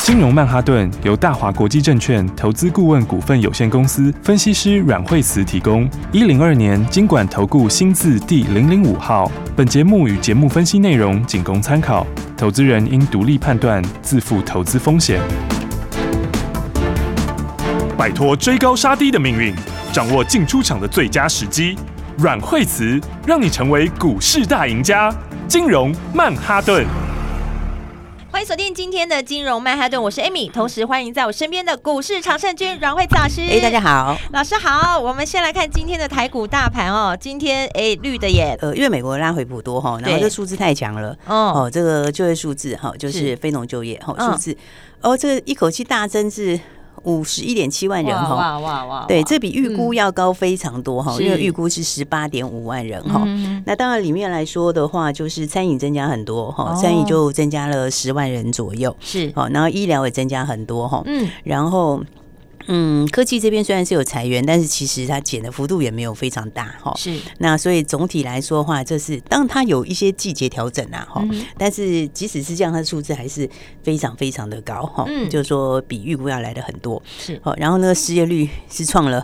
金融曼哈顿由大华国际证券投资顾问股份有限公司分析师阮惠慈提供。102年金管投顾新字第005号。本节目与节目分析内容仅供参考，投资人应独立判断，自负投资风险。摆脱追高杀低的命运，掌握进出场的最佳时机。阮惠慈让你成为股市大赢家。金融曼哈顿。 欢迎锁定今天的金融曼哈顿，我是 Amy， 同时欢迎在我身边的股市常胜军阮惠慈老师。 大家好， 老师好。我们先来看今天的台股大盘哦，今天绿的耶。 因为美国拉回普多哈，然后这数字太强了这个就业数字哈，就是非农就业数字这个一口气大增至51.7万人哈，对，这比预估要高非常多哈，因为预估是18.5万人哈。那当然里面来说的话，就是餐饮增加很多哈，餐饮就增加了10万人左右， 是然后医疗也增加很多哈，然后。科技这边虽然是有裁员，但是其实它减的幅度也没有非常大哈。 是， 那所以总体来说的话，这是当然它有一些季节调整啊哈，但是即使是这样，它的数字还是非常非常的高哈，就是说比预估要来的很多。 是， 然后那个失业率是创了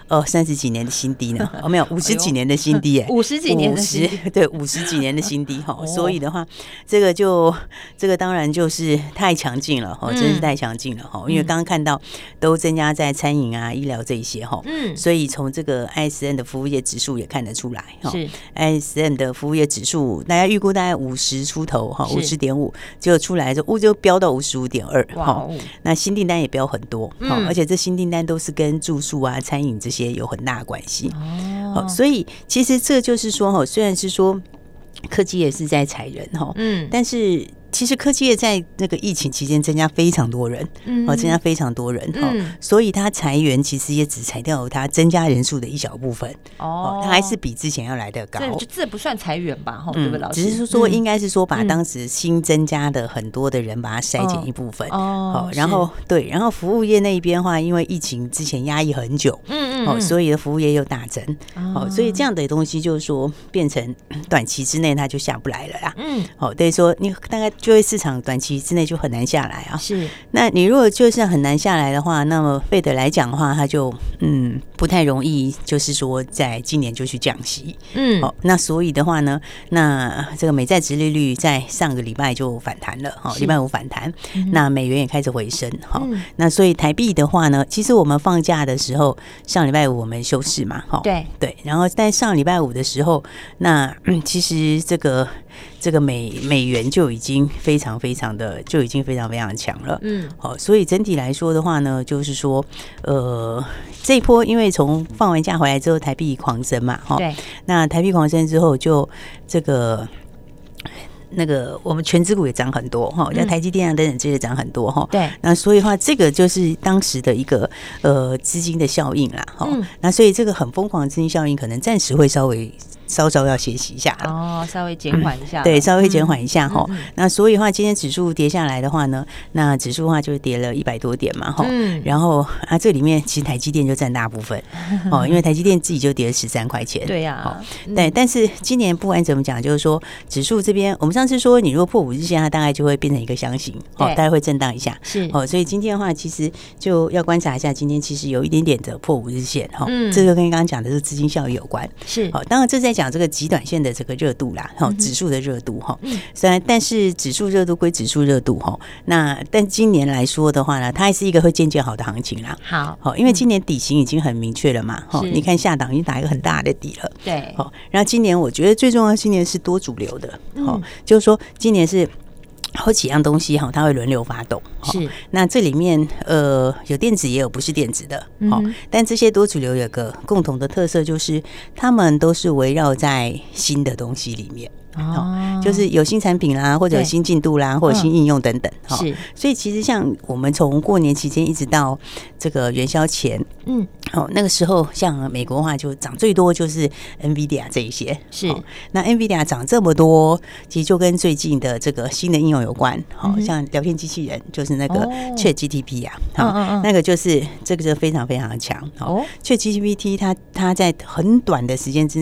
30几年的新低呢，没有50几年的新低耶 ，50几年的新低， 对，50几年的新低哈。所以的话，这个当然就是太强劲了哈，真是太强劲了哈，因为刚刚看到都增加在餐饮啊、医疗这一些哈，所以从这个 ISM 的服务业指数也看得出来哈。是 ISM 的服务业指数，大家预估大概50出头哈，50.5，结果出来之后就飙到55.2哈。那新订单也飙很多而且这新订单都是跟住宿啊、餐饮这些有很大的关系所以其实这就是说虽然是说科技也是在裁人但是其实科技业在那个疫情期间增加非常多人增加非常多人所以它裁员其实也只裁掉它增加人数的一小部分它还是比之前要来得高。 这不算裁员吧对不对老师？ 只是说应该是说把当时新增加的很多的人把它筛减一部分然后对，然后服务业那一边的话，因为疫情之前压抑很久所以服务业又大增所以这样的东西就是说变成短期之内它就下不来了啦等于说你大概就业市场短期之内就很难下来啊。 是， 那你如果就是很难下来的话，那么Fed来讲的话，它就不太容易，就是说在今年就去降息。那所以的话呢，那这个美债殖利率在上个礼拜就反弹了礼拜五反弹，那美元也开始回升那所以台币的话呢，其实我们放假的时候，上礼拜五我们休市嘛对，然后在上礼拜五的时候，那其实这个美元就已经非常非常强了所以整体来说的话呢，就是说这一波因为从放完假回来之后台币狂升嘛对， 那台币狂升之后就这个那个我们全指股也涨很多像台积电啊等等这些涨很多对， 那所以的话这个就是当时的一个资金的效应啦那所以这个很疯狂的资金效应可能暂时会稍要歇息一下稍微减缓一下对，稍微减缓一下那所以的话今天指数跌下来的话呢，那指数的话就跌了100多点嘛然后这里面其实台积电就占大部分因为台积电自己就跌了13块钱对呀对，但是今年不管怎么讲，就是说指数这边我们上次说你如果破5日线它大概就会变成一个箱型大概会震荡一下是所以今天的话其实就要观察一下，今天其实有一点点的破5日线这个跟刚刚讲的这个资金效益有关是当然这在讲这个极短线的这个热度啦指数的热度虽然但是指数热度归指数热度但今年来说的话呢，它还是一个会渐渐好的行情啦好因为今年底型已经很明确了嘛你看下档已经打一个很大的底了对然后今年我觉得最重要的今年是多主流的就是说今年是好几样东西它会轮流发动是那这里面有电子也有不是电子的但这些多主流有个共同的特色，就是他们都是围绕在新的东西里面就是有新产品啦，或者有新进度啦，或者新应用等等是，所以其实像我们从过年期间一直到这个元宵前那个时候像美国的话就涨最多就是 NVIDIA 这一些是那 NVIDIA 涨这么多，其实就跟最近的这个新的应用有关像聊天机器人就是那个 ChatGPT 那个就是这个就非常非常强ChatGPT 它在很短的时间之内就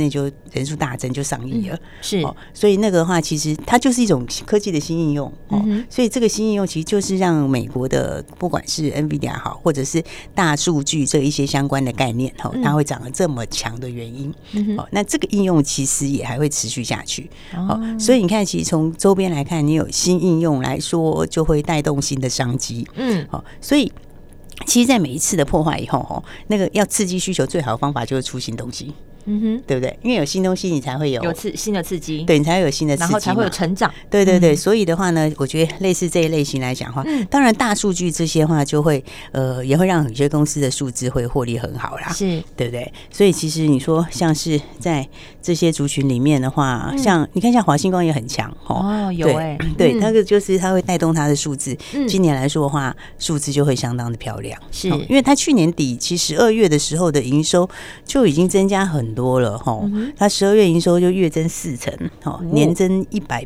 人数大增就上亿了， 是， 所以那个的话，其实它就是一种科技的新应用所以这个新应用其实就是让美国的不管是 NVIDIA 好，或者是大数据这一些相关的概念它会长得这么强的原因那这个应用其实也还会持续下去所以你看，其实从周边来看，你有新应用来说，就会带动新的商机所以其实，在每一次的破坏以后那个要刺激需求最好的方法就是出新东西。对不对？因为有新东西，你才会有新的刺激， 对，你才会有新的刺激， 然后才会有成长。 对对对，所以的话呢，我觉得类似这一类型来讲的话，当然大数据这些话就会也会让有些公司的数字会获利很好啦， 是对不对？所以其实你说像是在这些族群里面的话，像你看，像华星光也很强有对，那个就是它会带动它的数字。今年来说的话，数字就会相当的漂亮， 是因为它去年底其实12月的时候的营收就已经增加很多了它12月营收就月增4成年增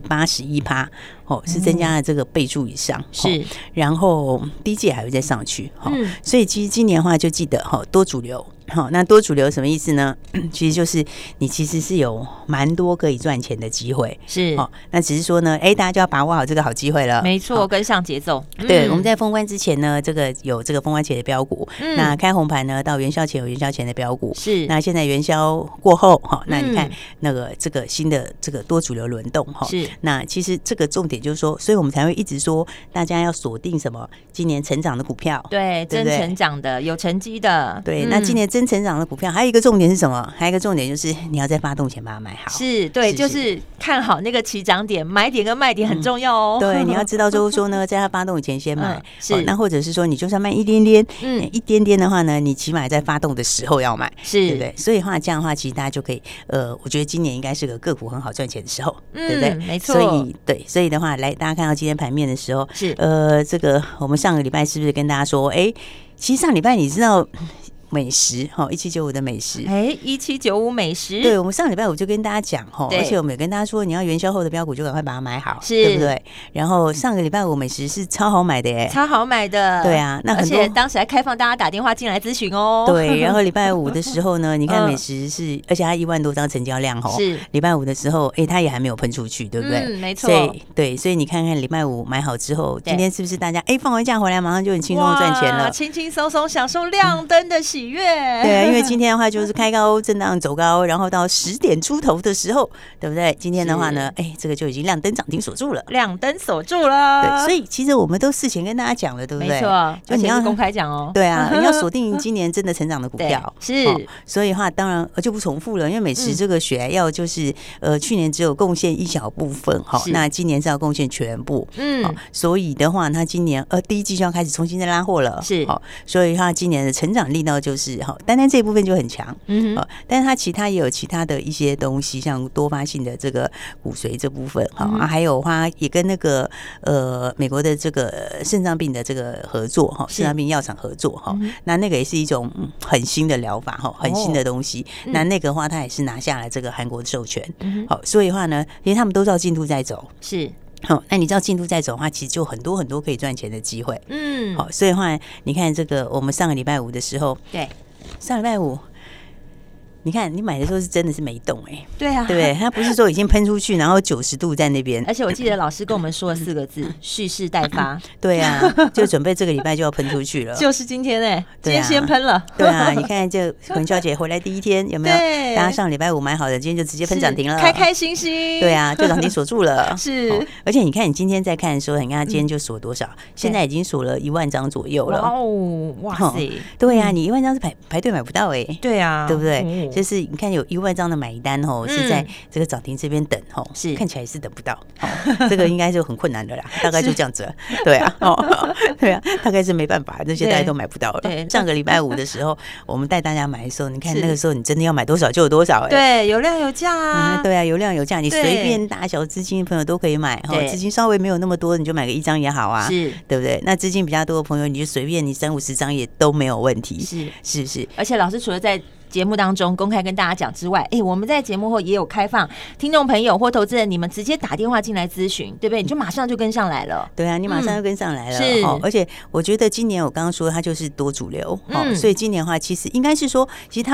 181%是增加了这个倍数以上是， 然后第一季还会再上去所以其实今年的话就记得多主流那多主流什么意思呢？其实就是你其实是有蛮多可以赚钱的机会， 是那只是说呢，大家就要把握好这个好机会了。 没错，跟上节奏。 对，我们在封关之前呢，这个有这个封关前的标股，那开红盘呢，到元宵前有元宵前的标股， 是。 那现在元宵过后那你看那个这个新的这个多主流轮动是。 那其实这个重点就是说，所以我们才会一直说，大家要锁定什么？今年成长的股票， 对，真成长的，有成绩的。 对，那今年真成长的股票，还有一个重点是什么？还有一个重点就是你要在发动前把它买好。 是，对，就是看好那个起涨点，买点跟卖点很重要哦。 对，你要知道就是说呢，在它发动以前先买。是，那或者是说你就算卖一点点，一点点的话呢，你起码在发动的时候要买， 是， 对不对？所以的话这样的话，其实大家就可以，我觉得今年应该是个个股很好赚钱的时候，对不对？ 没错。 所以的话，来大家看到今天盘面的时候， 是， 这个我们上个礼拜是不是跟大家说，其实上礼拜你知道美食1795的美食 ，1795美食， 对，我们上礼拜五就跟大家讲而且我们也跟大家说，你要元宵后的标股就赶快把它买好， 是， 对不对？然后上个礼拜五美食是超好买的耶， 超好买的， 对啊，那很多， 而且当时还开放大家打电话进来咨询哦。 对，然后礼拜五的时候呢，你看美食是，而且它1万多张成交量是礼拜五的时候，它也还没有喷出去，对不对？ 没错。 所以你看看礼拜五买好之后，今天是不是大家放完假回来马上就很轻松的赚钱了， 轻轻松松享受亮灯的喜悦。 对啊，因为今天的话就是开高震荡走高，然后到10点出头的时候，对不对？今天的话呢，这个就已经亮灯涨停锁住了， 亮灯锁住了。 对，所以其实我们都事前跟大家讲了，对不对？ 没错， 就你要公开讲哦。 对啊，你要锁定今年真的成长的股票， 是。 所以的话当然就不重复了，因为美食这个血癌药就是去年只有贡献一小部分那今年是要贡献全部，所以的话，它今年第一季就要开始重新再拉货了， 是。 所以它今年的成长力道就是单这一部分就很强，但是它其他也有其他的一些东西，像多发性的这个骨髓这部分，还有它也跟那个美国的这个肾脏病的这个合作，肾脏病药厂合作，那个也是一种很新的疗法，很新的东西。那个话，它也是拿下了这个韩国的授权，所以的话呢，因为他们都照进度在走， 是。 那你知道进度在走的话，其实就很多很多可以赚钱的机会，所以的话，你看这个我们上个礼拜五的时候， 对， 上礼拜五。你看，你买的时候是真的是没动对啊， 对不对？它不是说已经喷出去，然后90度在那边。 而且我记得老师跟我们说了4个字：蓄势待发。 对啊，就准备这个礼拜就要喷出去了。 就是今天今天先喷了。 对啊，你看这元宵节回来第一天有没有？大家上礼拜五买好的，今天就直接喷涨停了， 开开心心。 对啊，就涨停锁住了。 是， 而且你看，你今天在看的时候，你看它今天就锁多少？现在已经锁了1万张左右了。 哇塞！ 对啊，你1万张是排队买不到对啊， 对不对？就是你看有1万张的买单是在这个涨停这边等是看起来是等不到，这个应该就很困难的啦，大概就这样子了。对啊，对啊，大概是没办法，这些大家都买不到了。上个礼拜五的时候，我们带大家买的时候，你看那个时候你真的要买多少就有多少对，有量有价啊。 对啊，有量有价，你随便大小资金的朋友都可以买，资金稍微没有那么多，你就买个1张也好啊， 是， 对不对？那资金比较多的朋友，你就随便你30-50张也都没有问题，是不是？ 而且老师除了在节目当中公开跟大家讲之外，我们在节目后也有开放听众朋友或投资人，你们直接打电话进来咨询，对不对？你就马上就跟上来了。 对啊，你马上就跟上来了。 是， 而且我觉得今年我刚刚说它就是多主流，所以今年的话，其实应该是说，其实他们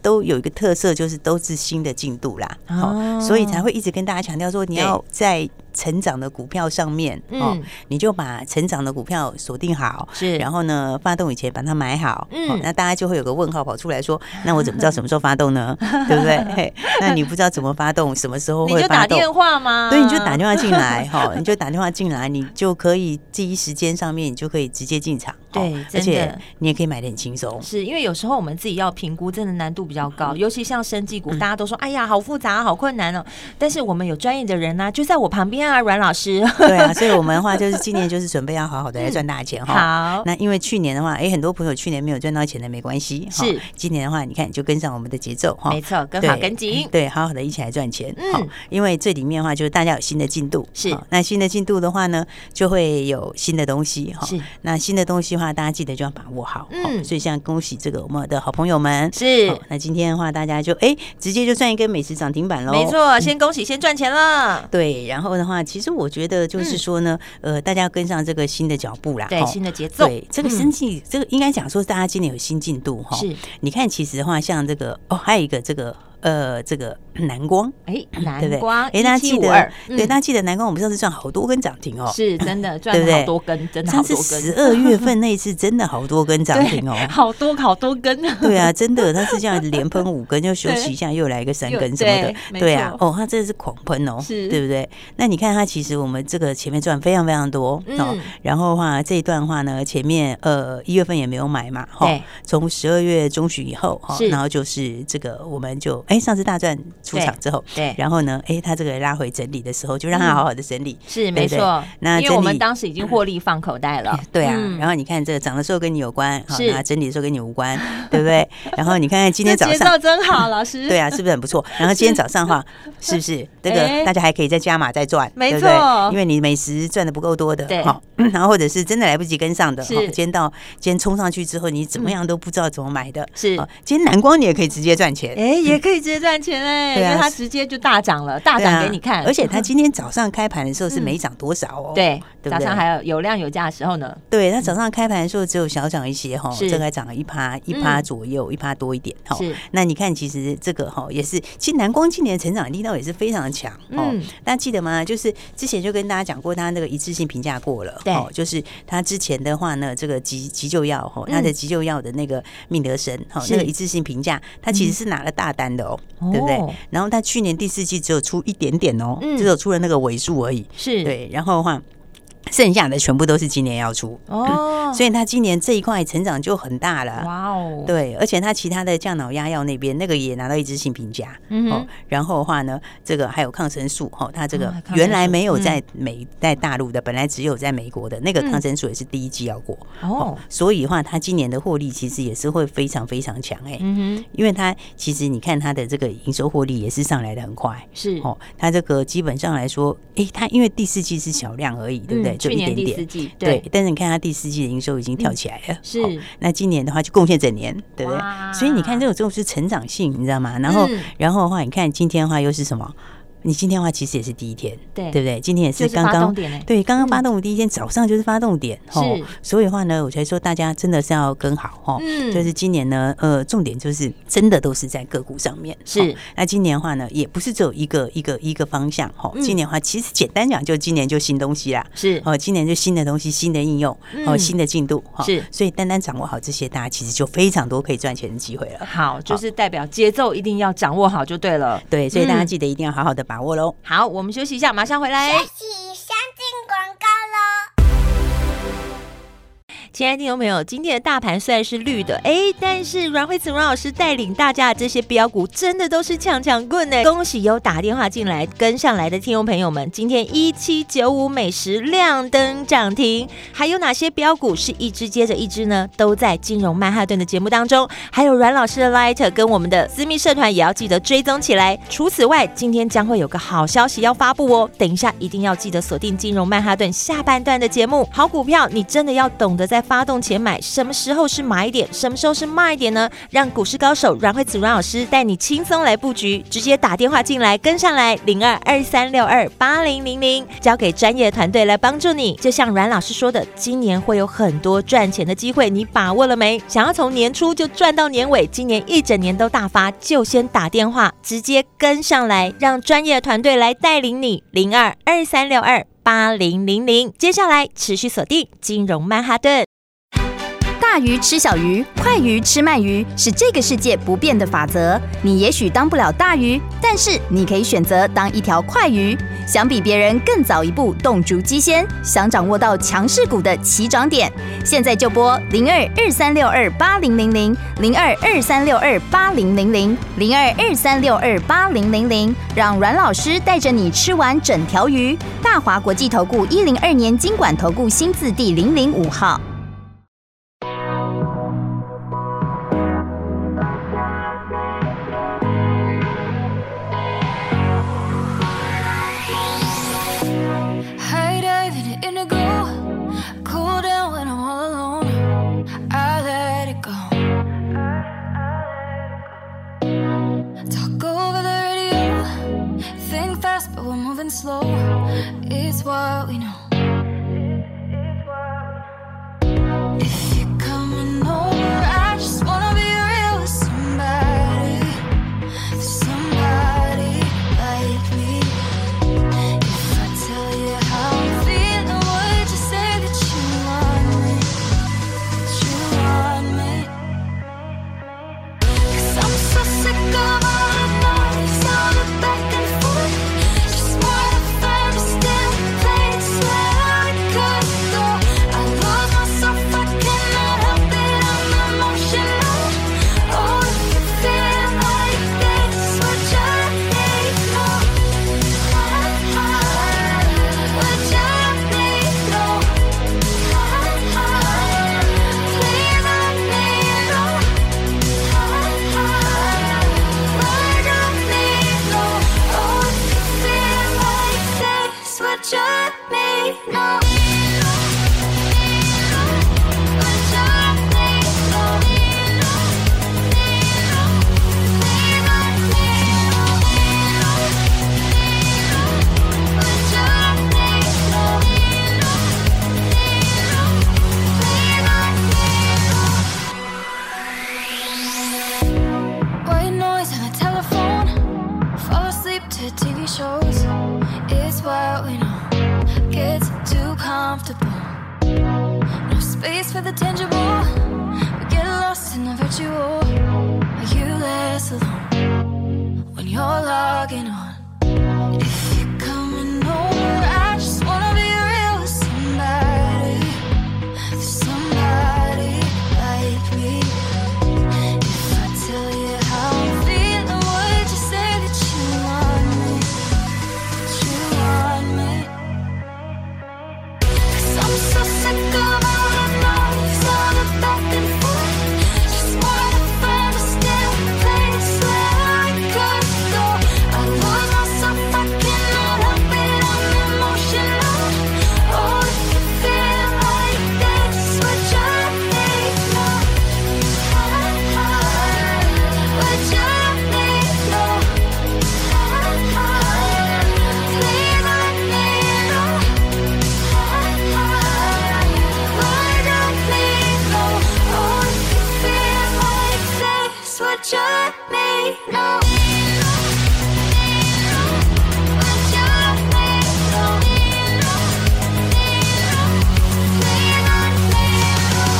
都有一个特色，就是都是新的进度啦，所以才会一直跟大家强调说，你要在成长的股票上面，你就把成长的股票锁定好，是，然后呢，发动以前把它买好，那大家就会有个问号跑出来说，那我怎么知道什么时候发动呢？对不对？那你不知道怎么发动，什么时候会发动？ 你就打电话吗？ 对，你就打电话进来，你就打电话进来，你就可以第一时间上面，你就可以直接进场， 对， 而且你也可以买得很轻松。 是因为有时候我们自己要评估，真的难度比较高，尤其像生技股，大家都说，哎呀，好复杂，好困难哦。但是我们有专业的人呢，就在我旁边啊，阮老师。 对啊，所以我们的话就是今年就是准备要好好的来赚大钱哈。 好，那因为去年的话，很多朋友去年没有赚到钱的没关系，是今年的话，你看你就跟上我们的节奏哈， 没错，跟好跟紧， 对，好好的一起来赚钱。因为这里面的话就是大家有新的进度，是那新的进度的话呢，就会有新的东西哈。是那新的东西的话，大家记得就要把握好。所以像恭喜这个我们的好朋友们，是那今天的话，大家就直接就赚一根美食涨停板喽。 没错，先恭喜，先赚钱了。 对，然后的话，其实我觉得就是说呢，大家要跟上这个新的脚步啦， 对，新的节奏。 对，这个生计，这个应该讲说，大家今年有新进度哈。是，你看，其实的话，像这个还有一个这个南光， 南光， 大家记得，对，大家记得南光，我们上次赚好多根涨停哦， 是真的赚了好多根，真的好多根。 上次12月份那一次真的好多根涨停哦， 好多根。 对啊，真的，它是这样连喷5根，又休息一下，又来一个3根什么的，对啊，它真的是狂喷哦，对不对？那你看它其实我们这个前面赚非常非常多哦，然后的话这一段的话呢，前面1月份也没有买嘛，从12月中旬以后，然后就是这个我们就上次大赚出场之后，对，然后呢，它这个拉回整理的时候，就让它好好的整理， 是没错。那因为我们当时已经获利放口袋了， 对啊。然后你看这个涨的时候跟你有关，是那整理的时候跟你无关，对不对？然后你看看今天早上， 节奏真好，老师， 对啊，是不是很不错？然后今天早上的话，是不是这个大家还可以再加码再赚， 没错， 因为你美食赚的不够多的，好，然后或者是真的来不及跟上的，今天冲上去之后，你怎么样都不知道怎么买的，是今天南光你也可以直接赚钱， 也可以直接赚钱因为它直接就大涨了，大涨给你看。 而且它今天早上开盘的时候是没涨多少哦， 对，早上还有量有价的时候呢， 对，它早上开盘的时候只有小涨一些哈，这个涨了1%左右，1%多一点哈。那你看，其实这个也是，其实南光今年的成长力道也是非常的强哦。大家记得吗？就是之前就跟大家讲过，它那个一致性评价过了，对，就是它之前的话呢，这个急救药它的急救药的那个命德生那个一致性评价，它其实是拿了大单的对不对？然后它去年第4季只有出一点点只有出了那个尾数而已，是对，然后的话。剩下的全部都是今年要出所以他今年这一块成长就很大了。哇哦，对，而且他其他的降脑压药那边那个也拿到一致性评价然后的话呢，这个还有抗生素他这个原来没有在大陆的，本来只有在美国的那个抗生素也是第1季要过所以的话，他今年的获利其实也是会非常非常强因为他其实你看他的这个营收获利也是上来的很快，是他这个基本上来说，他因为第4季是小量而已，对不对？就一点点，对。但是你看它第4季的营收已经跳起来了，是。那今年的话就贡献整年，对不对？所以你看这种是成长性，你知道吗？然后的话，你看今天的话又是什么？你今天的话其实也是第一天，对不对？今天也是刚刚对刚刚发动的第一天，早上就是发动点所以的话呢，我才说大家真的是要跟好就是今年呢，重点就是真的都是在个股上面是。那今年的话呢，也不是只有一个方向今年的话，其实简单讲，就今年就新东西啦，是今年就新的东西、新的应用新的进度是。所以单单掌握好这些，大家其实就非常多可以赚钱的机会了。 好，就是代表节奏一定要掌握好就对了。 对，所以大家记得一定要好好的把握喽。 好，我们休息一下，马上回来。 休息，先进广告喽。 亲爱的听众朋友，今天的大盘虽然是绿的，但是阮慧慈阮老师带领大家的这些标股真的都是强棍呢。恭喜有打电话进来跟上来的听众朋友们，今天1795美食亮灯涨停，还有哪些标股是一只接着一只呢？都在金融曼哈顿的节目当中，还有阮老师的 Light 跟我们的私密社团也要记得追踪起来。除此外，今天将会有个好消息要发布等一下一定要记得锁定金融曼哈顿下半段的节目。好股票你真的要懂得在发动前买，什么时候是买点，什么时候是卖点呢？让股市高手阮惠慈阮老师带你轻松来布局，直接打电话进来跟上来0223628000，交给专业团队来帮助你。就像阮老师说的，今年会有很多赚钱的机会，你把握了没？想要从年初就赚到年尾，今年一整年都大发，就先打电话直接跟上来，让专业团队来带领你。0223628000，接下来持续锁定金融曼哈顿。 大鱼吃小鱼，快鱼吃慢鱼，是这个世界不变的法则。你也许当不了大鱼，但是你可以选择当一条快鱼。想比别人更早一步动足机先，想掌握到强势股的起涨点，现在就拨0223628000，0223628000，0223628000，让阮老师带着你吃完整条鱼。大华国际投顾102年金管投顾新字第005号。 Slow, it's what we know. If you're coming over, I just wanna be real with somebody like me. If I tell you how I'm feeling, would you say that you want me? Cause I'm so sick of all the noise, all the back and forth. For the tangible, we get lost in the virtual. Are you less alone when you're logging on? If you're coming over, I just wanna be real with somebody like me. If I tell you how I'm feeling, would you say that you want me? Cause I'm so sick of back and forth, just wanna find a still place where I could go. I lose myself, I cannot help it, I'm emotional. Oh, if you feel like this, would you let me know? Would you let me know? Please let me know. Would you let me know? Would you let me know? Please let me know.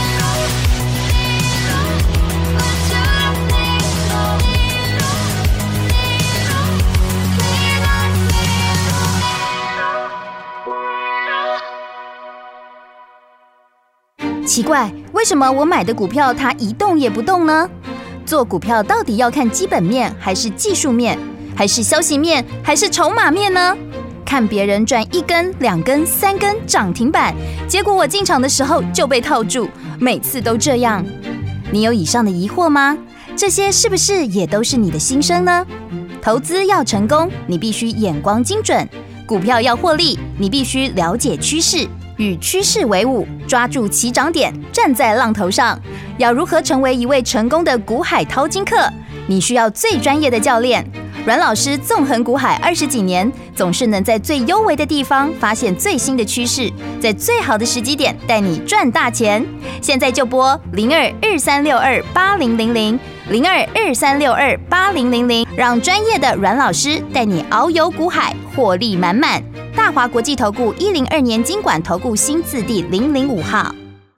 Would you let me know? Please let me know. 奇怪，为什么我买的股票它一动也不动呢？做股票到底要看基本面，还是技术面，还是消息面，还是筹码面呢？看别人赚1根、2根、3根涨停板，结果我进场的时候就被套住，每次都这样。你有以上的疑惑吗？这些是不是也都是你的心声呢？投资要成功，你必须眼光精准；股票要获利，你必须了解趋势。 与趋势为伍，抓住起涨点，站在浪头上。要如何成为一位成功的股海淘金客？你需要最专业的教练。阮老师纵横股海20几年，总是能在最优微的地方发现最新的趋势，在最好的时机点带你赚大钱。现在就拨02-2362-8000，02-2362-8000，让专业的阮老师带你遨游股海，获利满满。大华国际投顾102年金管投顾新字第005号。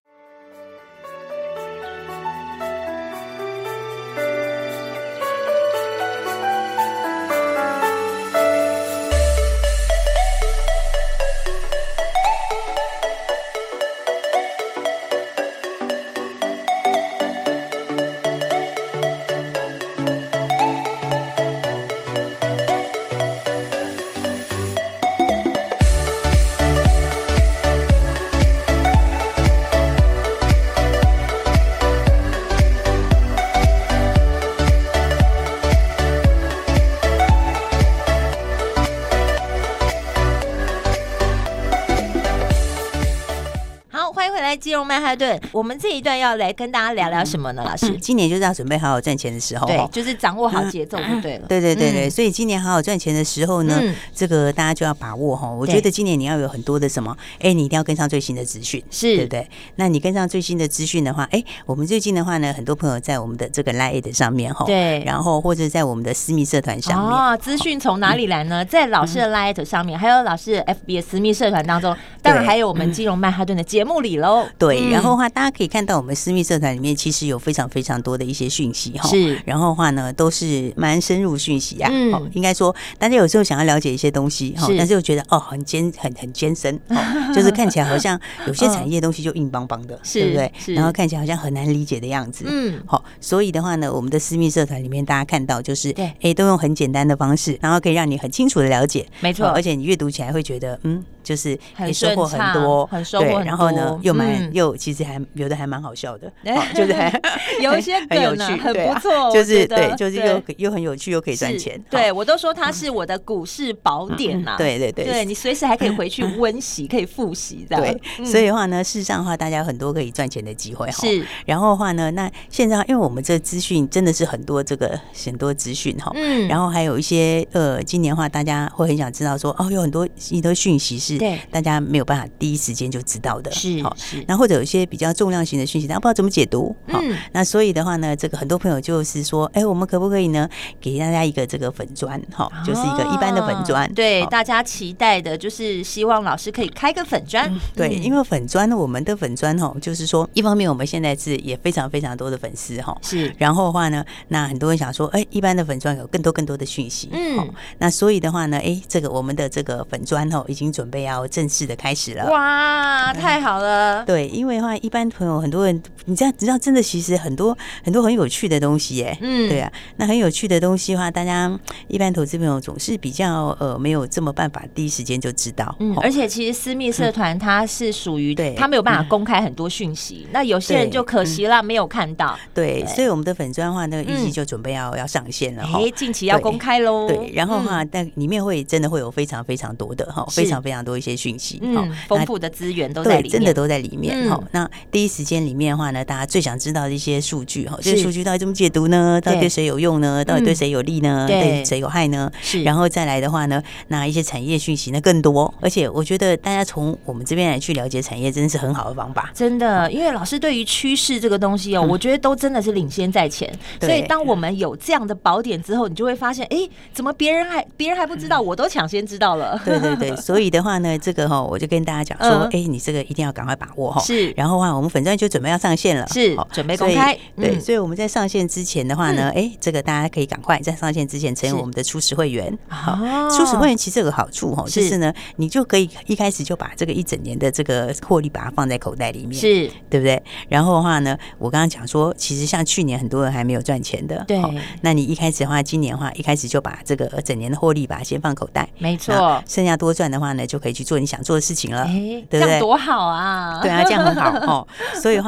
金融曼哈顿，我们这一段要来跟大家聊聊什么呢？老师， 今年就是要准备好好赚钱的时候， 对，就是掌握好节奏就对了。 对，所以今年好好赚钱的时候呢，这个大家就要把握哈。我觉得今年你要有很多的什么，你一定要跟上最新的资讯， 是， 对不对？那你跟上最新的资讯的话，我们最近的话呢，很多朋友在我们的这个 LINE 上面哈， 对， 然后或者在我们的私密社团上面， 资讯从哪里来呢？在老师的 LINE 上面，还有老师的 FB 的私密社团当中，当然还有我们金融曼哈顿的节目里喽。 对，然后的话，大家可以看到我们私密社团里面其实有非常非常多的一些讯息哈， 是， 然后的话呢都是蛮深入讯息啊，应该说大家有时候想要了解一些东西哈，但是又觉得很艰深，就是看起来好像有些产业东西就硬邦邦的，对不对？然后看起来好像很难理解的样子，好，所以的话呢，我们的私密社团里面大家看到就是都用很简单的方式，然后可以让你很清楚的了解， 没错， 而且你阅读起来会觉得就是收获很多， 对， 然后呢又其实还有的还蛮好笑的，就是有一些梗呢很不错， 就是对，就是又很有趣又可以赚钱。 对，我都说它是我的股市宝典呐。对，你随时还可以回去温习，可以复习这样。 对，所以的话呢，事实上的话，大家有很多可以赚钱的机会。 是， 然后的话呢，那现在因为我们这资讯真的是很多资讯哈，然后还有一些今年的话，大家会很想知道说有很多讯息是大家没有办法第一时间就知道的， 是， 那或者有一些比较重量型的讯息，大家不知道怎么解读，那所以的话呢，这个很多朋友就是说，我们可不可以呢，给大家一个这个粉专，就是一个一般的粉专， 对，大家期待的就是希望老师可以开个粉专， 对，因为粉专呢，我们的粉专就是说，一方面我们现在是也非常非常多的粉丝是， 然后的话呢，那很多人想说，一般的粉专有更多的讯息，那所以的话呢，这个我们的这个粉专已经准备要正式的开始了， 哇，太好了， 对，因为的话，一般朋友很多人，你知道真的其实很多很有趣的东西耶，对啊，那很有趣的东西的话，大家一般投资朋友总是比较没有这么办法第一时间就知道， 而且其实私密社团它是属于它没有办法公开很多讯息，那有些人就可惜了没有看到， 对，所以我们的粉专的话，那个预计就准备要上线了， 近期要公开喽， 对，然后的话，但里面真的会有非常非常多的非常非常多一些讯息， 丰富的资源都在里面， 真的都在里面，那第一时间里面的话呢，大家最想知道的一些数据，这些数据到底怎么解读呢？到底对谁有用呢？到底对谁有利呢？对谁有害呢？ 是， 然后再来的话呢，那一些产业讯息呢更多，而且我觉得大家从我们这边来去了解产业，真的是很好的方法。 真的，因为老师对于趋势这个东西我觉得都真的是领先在前，所以当我们有这样的宝典之后，你就会发现，怎么别人还不知道，我都抢先知道了。 对，所以的话呢，这个我就跟大家讲说，你这个一定要赶快把握是， 然后的话，我们粉专就准备要上线了， 是，准备公开。 对，所以我们在上线之前的话呢，这个大家可以赶快在上线之前成为我们的初始会员。初始会员其实有个好处就是呢，你就可以一开始就把这个一整年的这个获利把它放在口袋里面， 是， 对不对？然后的话呢，我刚刚讲说，其实像去年很多人还没有赚钱的， 对， 那你一开始的话，今年的话，一开始就把这个整年的获利把它先放口袋， 没错， 剩下多赚的话呢，就可以去做你想做的事情了，对不对？ 这样多好啊！ 对啊，这样很好所以的话呢，来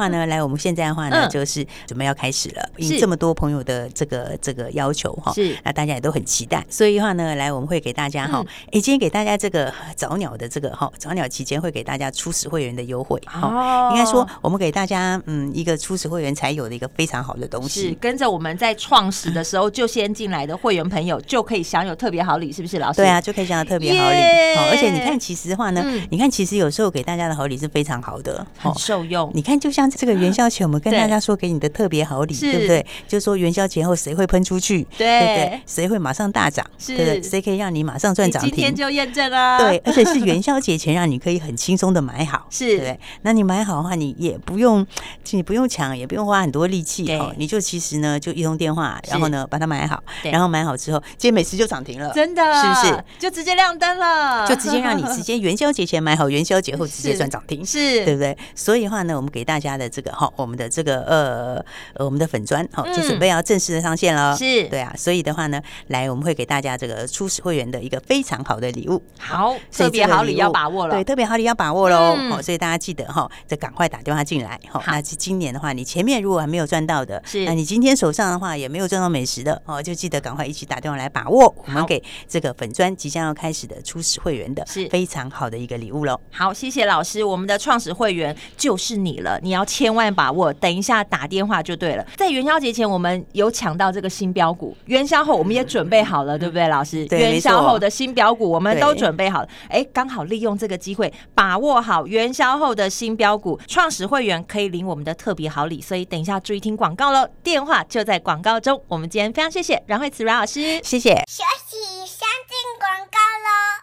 我们现在的话呢，就是准备要开始了，因为这么多朋友的这个要求哈，是那大家也都很期待，所以的话呢，来我们会给大家哈，今天给大家这个早鸟的这个早鸟期间会给大家初始会员的优惠哈，应该说我们给大家一个初始会员才有的一个非常好的东西， 是跟着我们在创始的时候就先进来的会员朋友就可以享有特别好礼，是不是老师？ 对啊，就可以享有特别好礼。而且你看，其实的话呢，你看其实有时候给大家的好礼是非常好的， 很受用。 你看，就像这个元宵节，我们跟大家说给你的特别好礼，对不对？就是说元宵节后谁会喷出去，对不对？谁会马上大涨，对不对？谁可以让你马上赚涨停？ 今天就验证了， 对，而且是元宵节前让你可以很轻松的买好，是，对不对？那你买好的话，你不用抢，也不用花很多力气哦，你就其实呢就一通电话，然后呢把它买好，然后买好之后，今天美食就涨停了， 真的， 是不是？ 就直接亮灯了， 就直接让你直接元宵节前买好，元宵节后直接赚涨停，是，对不对？所以的话呢，我们给大家的这个我们的这个我们的粉专就准备要正式的上线了，是，对啊，所以的话呢，来我们会给大家这个初始会员的一个非常好的礼物， 好，特别好礼要把握了， 对，特别好礼要把握喽，所以大家记得再赶快打电话进来，那今年的话，你前面如果还没有赚到的，是，那你今天手上的话也没有赚到美食的就记得赶快一起打电话来把握我们给这个粉专即将要开始的初始会员的是非常好的一个礼物喽。 好，谢谢老师，我们的创始会员就是你了，你要千万把握，等一下打电话就对了。在元宵节前，我们有抢到这个新标股，元宵后我们也准备好了，对不对，老师？ 对， 元宵后的新标股我们都准备好了，刚好利用这个机会，把握好元宵后的新标股，创始会员可以领我们的特别好礼，所以等一下注意听广告喽，电话就在广告中。我们今天非常谢谢阮慧慈阮老师， 谢谢。 休息，先进广告喽。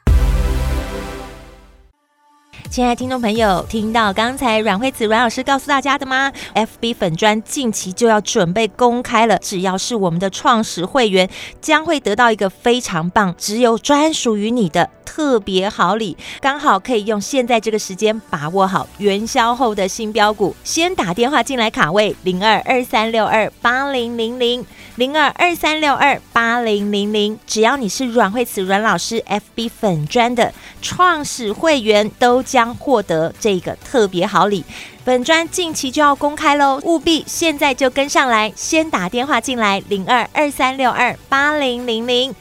亲爱的听众朋友，听到刚才阮慧慈阮老师告诉大家的吗？ FB 粉专近期就要准备公开了，只要是我们的创始会员，将会得到一个非常棒，只有专属于你的特别好礼，刚好可以用现在这个时间把握好元宵后的新标股，先打电话进来卡位0223628000 0223628000，只要你是阮慧慈阮老师 FB 粉专的创始会员，都将获得这个特别好礼。本专近期就要公开喽，务必现在就跟上来，先打电话进来0223628000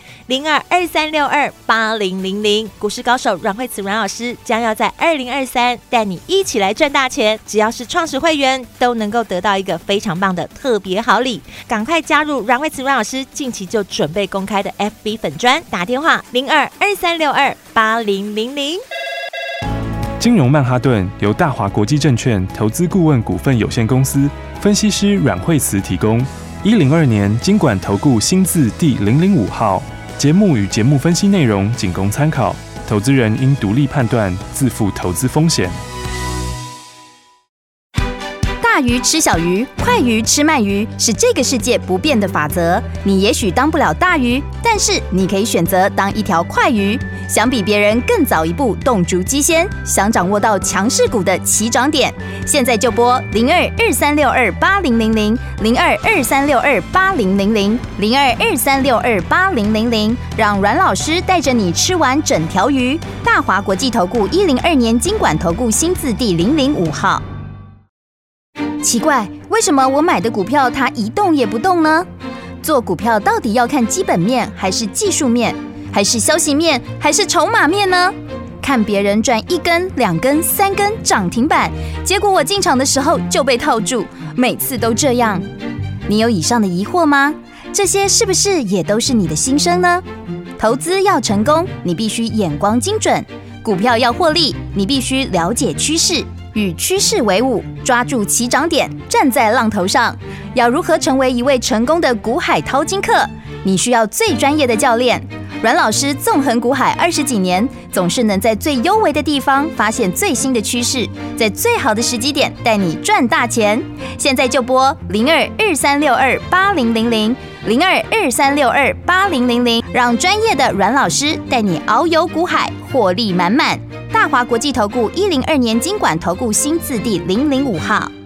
0223628000。股市高手阮慧慈阮老师将要在2023带你一起来赚大钱，只要是创始会员都能够得到一个非常棒的特别好礼，赶快加入阮慧慈阮老师近期就准备公开的 FB 粉专，打电话0223628000。 金融曼哈顿由大华国际证券投资顾问股份有限公司分析师阮慧慈提供。102年金管投顾新字第005号。节目与节目分析内容仅供参考，投资人应独立判断，自负投资风险。 大鱼吃小鱼，快鱼吃慢鱼，是这个世界不变的法则。你也许当不了大鱼，但是你可以选择当一条快鱼。想比别人更早一步动足机先，想掌握到强势股的起涨点，现在就拨0223628000 0223628000 0223628000，让阮老师带着你吃完整条鱼。大华国际投顾102年金管投顾新字第005号。奇怪，为什么我买的股票它一动也不动呢？做股票到底要看基本面，还是技术面，还是消息面，还是筹码面呢？看别人赚1根、2根、3根涨停板，结果我进场的时候就被套住，每次都这样。你有以上的疑惑吗？这些是不是也都是你的心声呢？投资要成功，你必须眼光精准；股票要获利，你必须了解趋势。与趋势为伍，抓住起涨点，站在浪头上。要如何成为一位成功的股海淘金客？你需要最专业的教练。阮老师纵横股海20几年，总是能在最优微的地方发现最新的趋势，在最好的时机点带你赚大钱。现在就拨0223628000 0223628000，让专业的阮老师带你遨游股海，获利满满。大华国际投顾102年金管投顾新字第005号。